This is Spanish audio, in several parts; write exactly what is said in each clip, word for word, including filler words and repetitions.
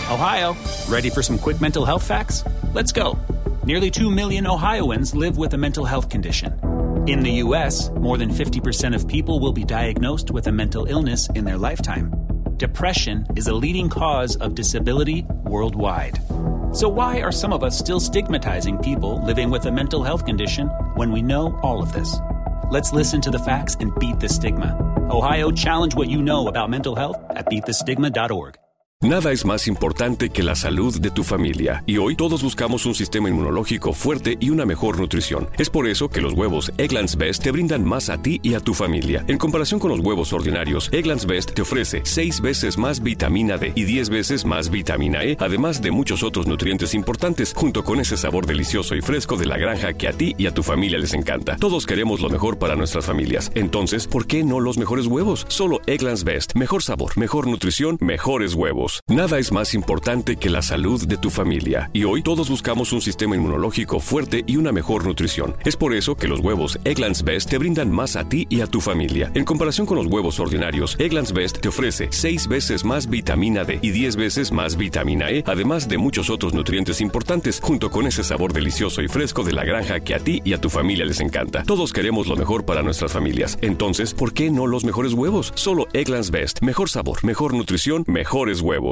Ohio, ready for some quick mental health facts? Let's go. Nearly two million Ohioans live with a mental health condition. In the U S, more than fifty percent of people will be diagnosed with a mental illness in their lifetime. Depression is a leading cause of disability worldwide. So why are some of us still stigmatizing people living with a mental health condition when we know all of this? Let's listen to the facts and beat the stigma. Ohio, challenge what you know about mental health at beat the stigma dot org. Nada es más importante que la salud de tu familia, y hoy todos buscamos un sistema inmunológico fuerte y una mejor nutrición. Es por eso que los huevos Eggland's Best te brindan más a ti y a tu familia. En comparación con los huevos ordinarios, Eggland's Best te ofrece seis veces más vitamina D y diez veces más vitamina E, además de muchos otros nutrientes importantes, junto con ese sabor delicioso y fresco de la granja que a ti y a tu familia les encanta. Todos queremos lo mejor para nuestras familias. Entonces, ¿por qué no los mejores huevos? Solo Eggland's Best. Mejor sabor, mejor nutrición, mejores huevos. Nada es más importante que la salud de tu familia, y hoy todos buscamos un sistema inmunológico fuerte y una mejor nutrición. Es por eso que los huevos Eggland's Best te brindan más a ti y a tu familia. En comparación con los huevos ordinarios, Eggland's Best te ofrece seis veces más vitamina D y diez veces más vitamina E, además de muchos otros nutrientes importantes, junto con ese sabor delicioso y fresco de la granja que a ti y a tu familia les encanta. Todos queremos lo mejor para nuestras familias. Entonces, ¿por qué no los mejores huevos? Solo Eggland's Best. Mejor sabor, mejor nutrición, mejores huevos.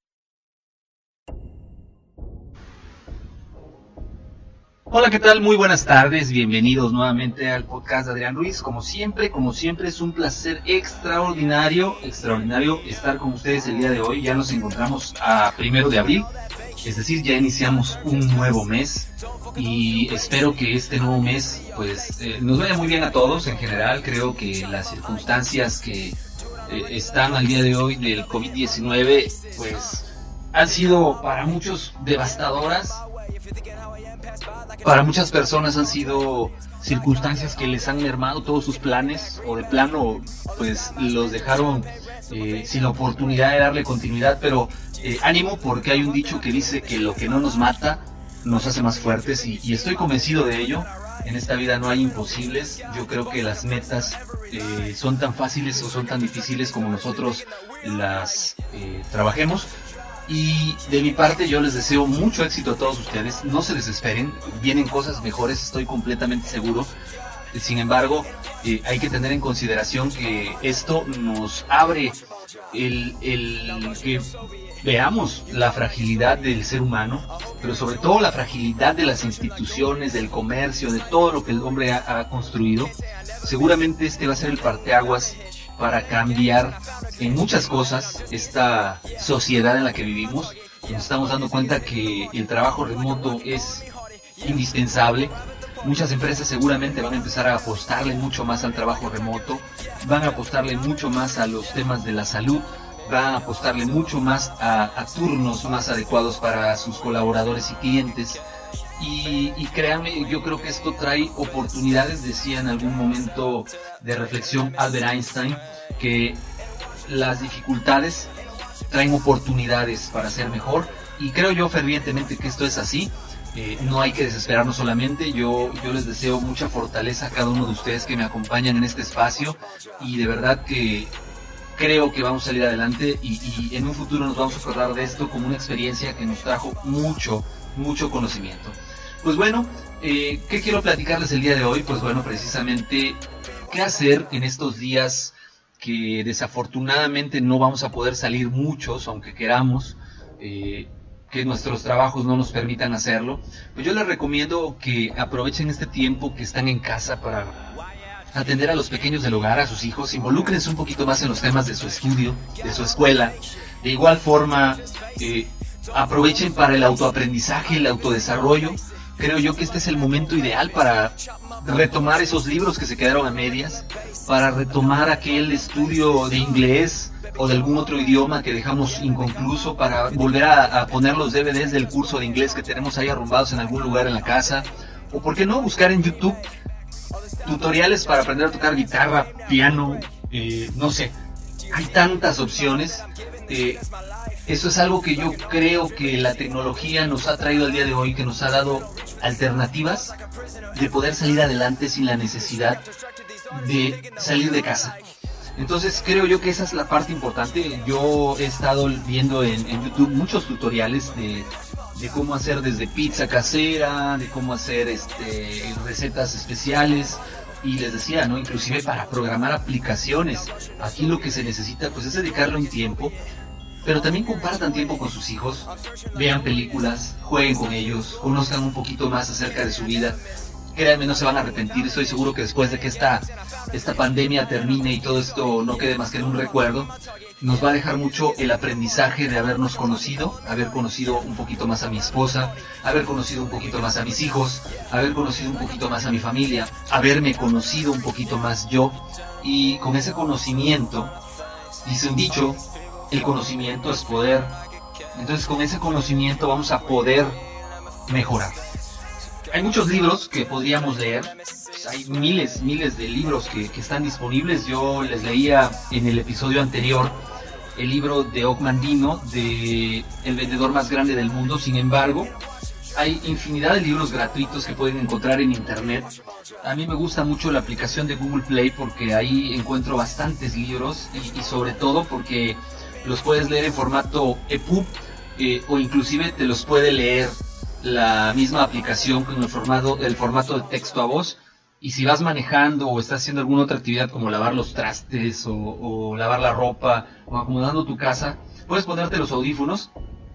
Hola, ¿qué tal? Muy buenas tardes, bienvenidos nuevamente al podcast de Adrián Ruiz. Como siempre, como siempre es un placer extraordinario, extraordinario estar con ustedes el día de hoy. Ya nos encontramos a primero de abril, es decir, ya iniciamos un nuevo mes y espero que este nuevo mes pues eh, nos vaya muy bien a todos en general. Creo que las circunstancias que eh, están al día de hoy del COVID diecinueve pues han sido para muchos devastadoras. Para muchas personas han sido circunstancias que les han mermado todos sus planes, o de plano pues los dejaron eh, sin la oportunidad de darle continuidad, pero eh, ánimo, porque hay un dicho que dice que lo que no nos mata nos hace más fuertes, y, y estoy convencido de ello. En esta vida no hay imposibles. Yo creo que las metas eh, son tan fáciles o son tan difíciles como nosotros las eh, trabajemos. Y de mi parte yo les deseo mucho éxito a todos ustedes. No se desesperen, vienen cosas mejores, estoy completamente seguro. Sin embargo, eh, hay que tener en consideración que esto nos abre el, el que veamos la fragilidad del ser humano, pero sobre todo la fragilidad de las instituciones, del comercio, de todo lo que el hombre ha, ha construido. Seguramente este va a ser el parteaguas para cambiar en muchas cosas esta sociedad en la que vivimos. Nos estamos dando cuenta que el trabajo remoto es indispensable. Muchas empresas seguramente van a empezar a apostarle mucho más al trabajo remoto, van a apostarle mucho más a los temas de la salud, van a apostarle mucho más a, a turnos más adecuados para sus colaboradores y clientes. Y, y créanme, yo creo que esto trae oportunidades. Decía en algún momento de reflexión Albert Einstein que las dificultades traen oportunidades para ser mejor, y creo yo fervientemente que esto es así. Eh, no hay que desesperarnos solamente. Yo, yo les deseo mucha fortaleza a cada uno de ustedes que me acompañan en este espacio, y de verdad que creo que vamos a salir adelante, y, y en un futuro nos vamos a acordar de esto como una experiencia que nos trajo mucho, mucho conocimiento. Pues bueno, eh, ¿qué quiero platicarles el día de hoy? Pues bueno, precisamente, ¿qué hacer en estos días que desafortunadamente no vamos a poder salir muchos, aunque queramos, eh, que nuestros trabajos no nos permitan hacerlo? Pues yo les recomiendo que aprovechen este tiempo que están en casa para atender a los pequeños del hogar, a sus hijos. Involúcrense un poquito más en los temas de su estudio, de su escuela. De igual forma, eh, aprovechen para el autoaprendizaje, el autodesarrollo. Creo yo que este es el momento ideal para retomar esos libros que se quedaron a medias, para retomar aquel estudio de inglés o de algún otro idioma que dejamos inconcluso, para volver a, a poner los D V Ds del curso de inglés que tenemos ahí arrumbados en algún lugar en la casa, o por qué no buscar en YouTube tutoriales para aprender a tocar guitarra, piano, eh, no sé, hay tantas opciones. Eh, eso es algo que yo creo que la tecnología nos ha traído al día de hoy, que nos ha dado alternativas de poder salir adelante sin la necesidad de salir de casa. Entonces creo yo que esa es la parte importante. Yo he estado viendo en, en YouTube muchos tutoriales de, de cómo hacer desde pizza casera, de cómo hacer este, recetas especiales. Y les decía, ¿no? Inclusive para programar aplicaciones. Aquí lo que se necesita pues es dedicarle un tiempo, pero también compartan tiempo con sus hijos, vean películas, jueguen con ellos, conozcan un poquito más acerca de su vida. Créanme, no se van a arrepentir. Estoy seguro que después de que esta, esta pandemia termine y todo esto no quede más que en un recuerdo, nos va a dejar mucho el aprendizaje de habernos conocido, haber conocido un poquito más a mi esposa, haber conocido un poquito más a mis hijos, haber conocido un poquito más a mi familia, haberme conocido un poquito más yo. Y con ese conocimiento, dice un dicho, el conocimiento es poder. Entonces con ese conocimiento vamos a poder mejorar. Hay muchos libros que podríamos leer, hay miles, miles de libros que, que están disponibles. Yo les leía en el episodio anterior el libro de Og Mandino, de El vendedor más grande del mundo. Sin embargo, hay infinidad de libros gratuitos que pueden encontrar en internet. A mí me gusta mucho la aplicación de Google Play porque ahí encuentro bastantes libros y, y sobre todo porque los puedes leer en formato E P U B eh, o inclusive te los puede leer la misma aplicación con el formato, el formato de texto a voz. Y si vas manejando o estás haciendo alguna otra actividad como lavar los trastes o, o lavar la ropa o acomodando tu casa, puedes ponerte los audífonos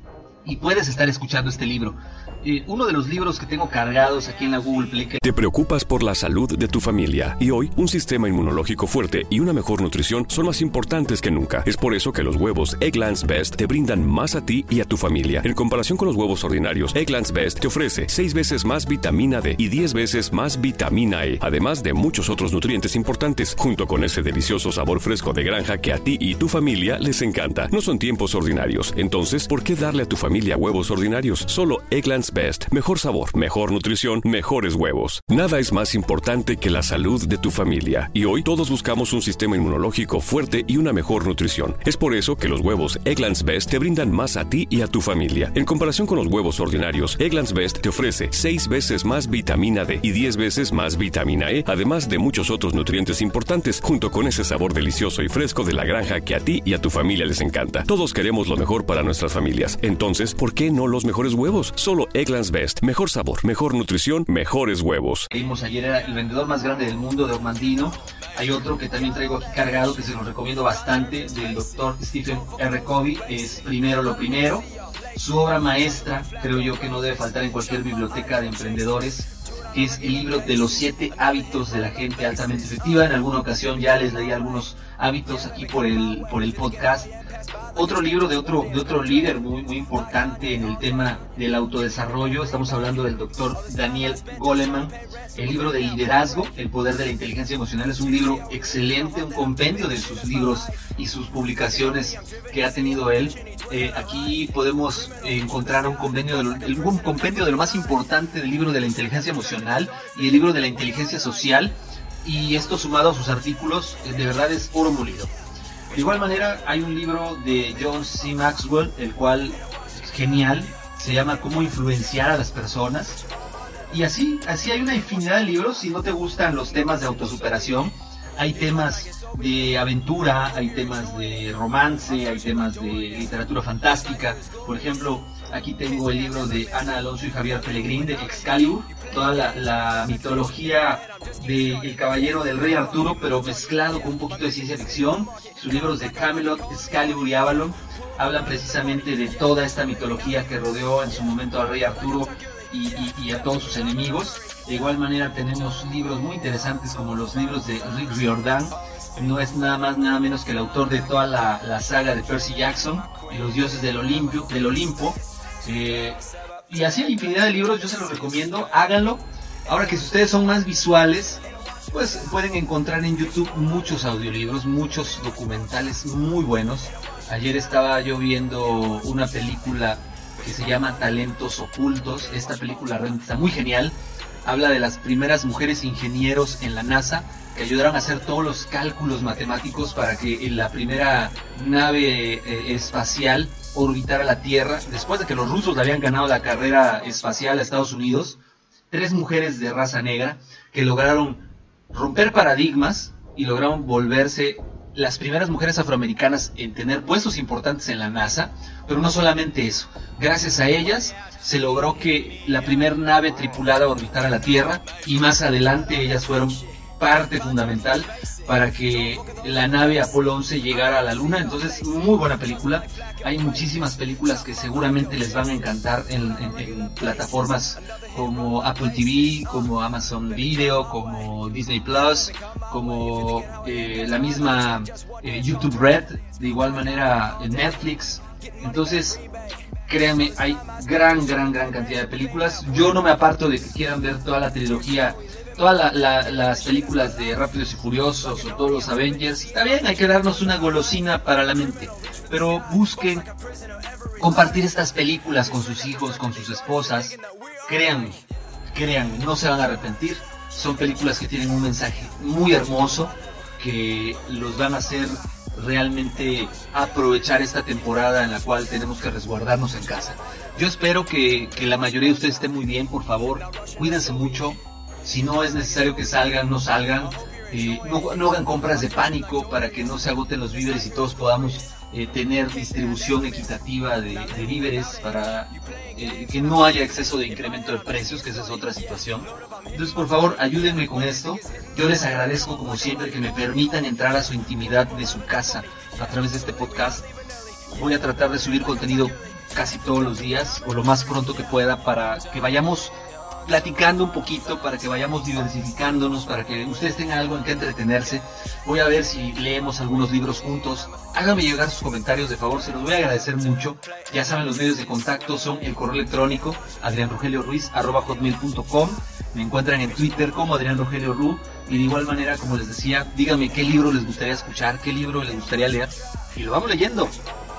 y puedes estar escuchando este libro. Eh, uno de los libros que tengo cargados aquí en la Google Play. Te preocupas por la salud de tu familia y hoy un sistema inmunológico fuerte y una mejor nutrición son más importantes que nunca. Es por eso que los huevos Eggland's Best te brindan más a ti y a tu familia. En comparación con los huevos ordinarios, Eggland's Best te ofrece seis veces más vitamina D y diez veces más vitamina E, además de muchos otros nutrientes importantes, junto con ese delicioso sabor fresco de granja que a ti y tu familia les encanta. No son tiempos ordinarios, entonces, ¿por qué darle a tu familia huevos ordinarios? Solo Eggland's Best. Mejor sabor, mejor nutrición, mejores huevos. Nada es más importante que la salud de tu familia. Y hoy todos buscamos un sistema inmunológico fuerte y una mejor nutrición. Es por eso que los huevos Eggland's Best te brindan más a ti y a tu familia. En comparación con los huevos ordinarios, Eggland's Best te ofrece seis veces más vitamina D y diez veces más vitamina E, además de muchos otros nutrientes importantes, junto con ese sabor delicioso y fresco de la granja que a ti y a tu familia les encanta. Todos queremos lo mejor para nuestras familias. Entonces, ¿por qué no los mejores huevos? Solo Eggland's Best. Mejor sabor, mejor nutrición, mejores huevos. Vimos ayer era El vendedor más grande del mundo, de Og Mandino. Hay otro que también traigo aquí cargado que se los recomiendo bastante, del doctor Stephen R. Covey, es Primero lo Primero. Su obra maestra, creo yo que no debe faltar en cualquier biblioteca de emprendedores, que es el libro de los siete hábitos de la gente altamente efectiva. En alguna ocasión ya les leí algunos hábitos aquí por el, por el podcast. Otro libro de otro, de otro líder muy, muy importante en el tema del autodesarrollo, estamos hablando del doctor Daniel Goleman. El libro de liderazgo, El poder de la inteligencia emocional, es un libro excelente, un compendio de sus libros y sus publicaciones que ha tenido él. Eh, aquí podemos encontrar un compendio, de lo, un compendio de lo más importante del libro de la inteligencia emocional y el libro de la inteligencia social, y esto sumado a sus artículos, de verdad es oro molido. De igual manera hay un libro de John C. Maxwell, el cual es genial, se llama Cómo influenciar a las personas. Y así, así hay una infinidad de libros. Si no te gustan los temas de autosuperación, hay temas de aventura, hay temas de romance, hay temas de literatura fantástica. Por ejemplo, aquí tengo el libro de Ana Alonso y Javier Pellegrín, de Excalibur, toda la, la mitología del caballero del rey Arturo, pero mezclado con un poquito de ciencia ficción. Sus libros de Camelot, Excalibur y Avalon hablan precisamente de toda esta mitología que rodeó en su momento al rey Arturo y, y, y a todos sus enemigos. De igual manera tenemos libros muy interesantes como los libros de Rick Riordan. No es nada más nada menos que el autor de toda la, la saga de Percy Jackson y los dioses del Olimpo, del Olimpo. Eh, y así hay infinidad de libros, yo se los recomiendo, háganlo. Ahora que si ustedes son más visuales, pues pueden encontrar en YouTube muchos audiolibros, muchos documentales muy buenos. Ayer estaba yo viendo una película que se llama Talentos Ocultos. Esta película realmente está muy genial. Habla de las primeras mujeres ingenieros en la NASA que ayudaron a hacer todos los cálculos matemáticos para que la primera nave eh, espacial orbitara la Tierra. Después de que los rusos le habían ganado la carrera espacial a Estados Unidos, tres mujeres de raza negra que lograron romper paradigmas y lograron volverse las primeras mujeres afroamericanas en tener puestos importantes en la NASA, pero no solamente eso. Gracias a ellas se logró que la primera nave tripulada orbitara la Tierra, y más adelante ellas fueron parte fundamental para que la nave Apolo once llegara a la Luna. Entonces, muy buena película. Hay muchísimas películas que seguramente les van a encantar en, en, en plataformas como Apple T V, como Amazon Video, como Disney Plus, como eh, la misma eh, YouTube Red, de igual manera en Netflix. Entonces, créanme, hay gran, gran, gran cantidad de películas. Yo no me aparto de que quieran ver toda la trilogía, todas la, la, las películas de Rápidos y Furiosos o todos los Avengers. Está bien, hay que darnos una golosina para la mente, pero busquen compartir estas películas con sus hijos, con sus esposas. Créanme, créanme, no se van a arrepentir. Son películas que tienen un mensaje muy hermoso, que los van a hacer realmente aprovechar esta temporada en la cual tenemos que resguardarnos en casa. Yo espero que, que la mayoría de ustedes estén muy bien. Por favor, cuídense mucho. Si no es necesario que salgan, no salgan. Eh, no, no hagan compras de pánico para que no se agoten los víveres y todos podamos eh, tener distribución equitativa de, de víveres, para eh, que no haya exceso de incremento de precios, que esa es otra situación. Entonces, por favor, ayúdenme con esto. Yo les agradezco, como siempre, que me permitan entrar a su intimidad de su casa a través de este podcast. Voy a tratar de subir contenido casi todos los días, o lo más pronto que pueda, para que vayamos platicando un poquito, para que vayamos diversificándonos, para que ustedes tengan algo en que entretenerse. Voy a ver si leemos algunos libros juntos. Háganme llegar sus comentarios, de favor, se los voy a agradecer mucho. Ya saben, los medios de contacto son el correo electrónico adrian rogelio ruiz arroba hotmail punto com. Me encuentran en Twitter como Adrián Rogelio Ru, y de igual manera, como les decía, díganme qué libro les gustaría escuchar, qué libro les gustaría leer, y lo vamos leyendo.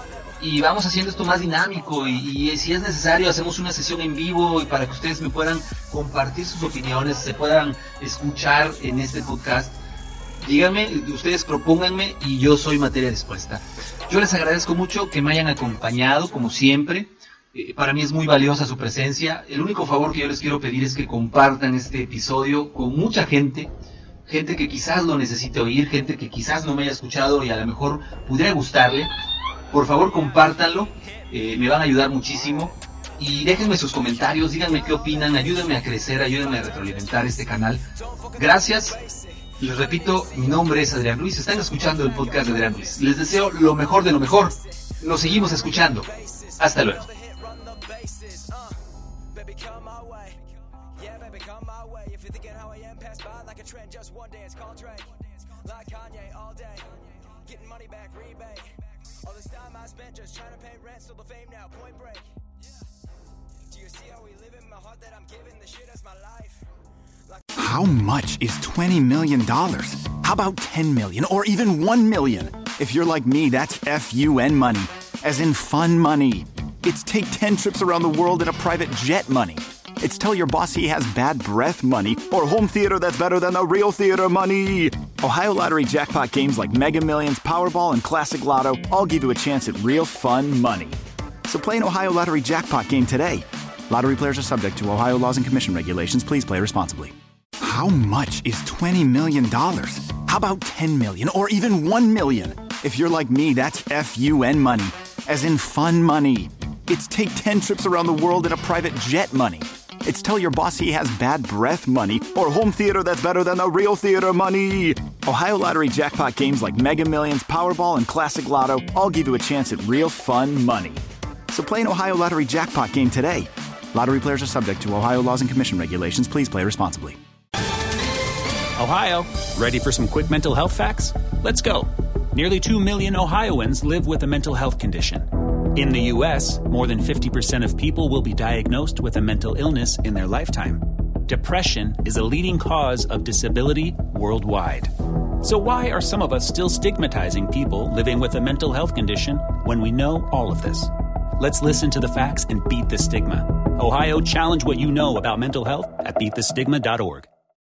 Y vamos haciendo esto más dinámico, y, y si es necesario hacemos una sesión en vivo, y para que ustedes me puedan compartir sus opiniones, se puedan escuchar en este podcast. Díganme, ustedes propónganme, y yo soy materia dispuesta. Yo les agradezco mucho que me hayan acompañado, como siempre. Eh, para mí es muy valiosa su presencia. El único favor que yo les quiero pedir es que compartan este episodio con mucha gente, gente que quizás lo necesite oír, gente que quizás no me haya escuchado y a lo mejor pudiera gustarle. Por favor, compártanlo, eh, me van a ayudar muchísimo. Y déjenme sus comentarios, díganme qué opinan, ayúdenme a crecer, ayúdenme a retroalimentar este canal. Gracias. Les repito, mi nombre es Adrián Ruiz, están escuchando el podcast de Adrián Ruiz. Les deseo lo mejor de lo mejor. Nos seguimos escuchando. Hasta luego. All this time I spent just trying to pay rent, still the fame now, point break. Do you see how we live in my heart that I'm giving the shit as my life? Like How much is twenty million dollars? How about ten million dollars or even one million dollars? If you're like me, that's F U N money, as in fun money. It's take ten trips around the world in a private jet money. It's tell your boss he has bad breath money, or home theater that's better than the real theater money. Ohio Lottery jackpot games like Mega Millions, Powerball, and Classic Lotto all give you a chance at real fun money. So play an Ohio Lottery jackpot game today. Lottery players are subject to Ohio laws and commission regulations. Please play responsibly. How much is twenty million dollars? How about ten million dollars or even one million dollars? If you're like me, that's F U N money, as in fun money. It's take ten trips around the world in a private jet money. It's tell your boss he has bad breath money, or home theater that's better than the real theater money. Ohio Lottery jackpot games like Mega Millions, Powerball, and Classic Lotto all give you a chance at real fun money. So play an Ohio Lottery jackpot game today. Lottery players are subject to Ohio laws and commission regulations. Please play responsibly. Ohio, ready for some quick mental health facts? Let's go. Nearly two million Ohioans live with a mental health condition. In the U S, more than fifty percent of people will be diagnosed with a mental illness in their lifetime. Depression is a leading cause of disability worldwide. So why are some of us still stigmatizing people living with a mental health condition when we know all of this? Let's listen to the facts and beat the stigma. Ohio, challenge what you know about mental health at beat the stigma dot org.